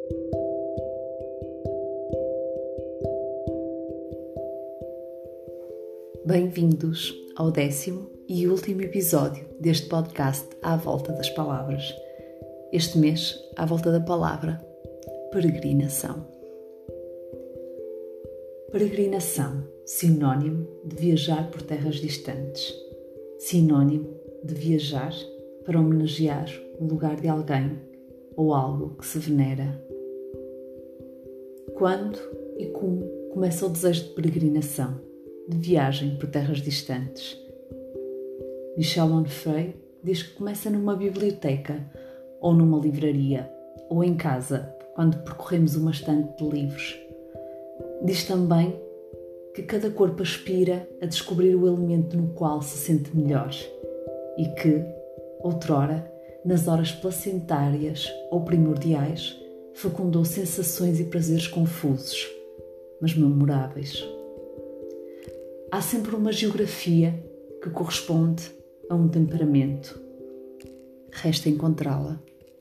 Bem-vindos ao 10º e último episódio deste podcast À Volta das Palavras. Este mês, à volta da palavra peregrinação. Peregrinação, sinónimo de viajar por terras distantes. Sinónimo de viajar para homenagear o lugar de alguém ou algo que se venera. Quando e como começa o desejo de peregrinação, de viagem por terras distantes? Michel Onfray diz que começa numa biblioteca, ou numa livraria, ou em casa, quando percorremos uma estante de livros. Diz também que cada corpo aspira a descobrir o elemento no qual se sente melhor e que, outrora, nas horas placentárias ou primordiais, fecundou sensações e prazeres confusos, mas memoráveis. Há sempre uma geografia que corresponde a um temperamento. Resta encontrá-la.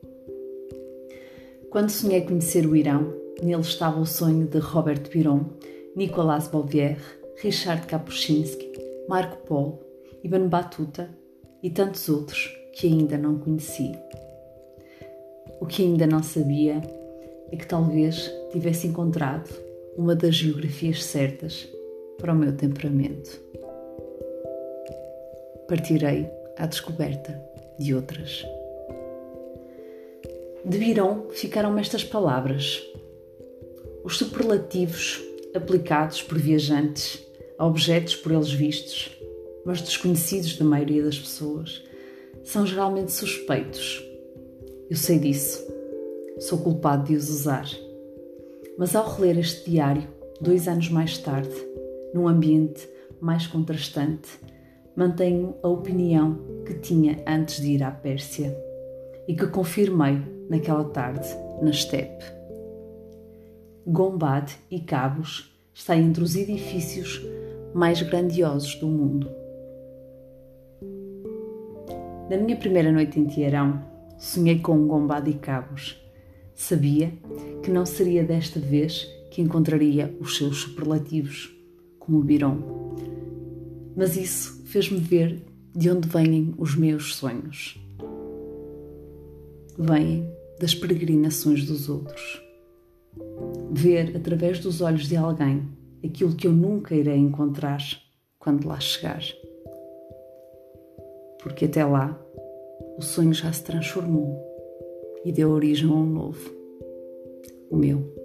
Quando sonhei conhecer o Irão, nele estava o sonho de Robert Biron, Nicolas Bouvier, Richard Kapuscinski, Marco Polo, Ibn Battuta e tantos outros que ainda não conheci. O que ainda não sabia é que talvez tivesse encontrado uma das geografias certas para o meu temperamento. Partirei à descoberta de outras. De Biron ficaram-me estas palavras. Os superlativos aplicados por viajantes a objetos por eles vistos, mas desconhecidos da maioria das pessoas, são geralmente suspeitos. Eu sei disso. Sou culpado de os usar. Mas ao reler este diário, 2 anos mais tarde, num ambiente mais contrastante, mantenho a opinião que tinha antes de ir à Pérsia e que confirmei naquela tarde na estepe. Gombad e Cabos está entre os edifícios mais grandiosos do mundo. Na minha primeira noite em Teherão, sonhei com Gombad e Cabos. Sabia que não seria desta vez que encontraria os seus superlativos, como o Biron. Mas isso fez-me ver de onde vêm os meus sonhos. Vêm das peregrinações dos outros. Ver através dos olhos de alguém aquilo que eu nunca irei encontrar quando lá chegar. Porque até lá o sonho já se transformou e deu origem a um novo, o meu.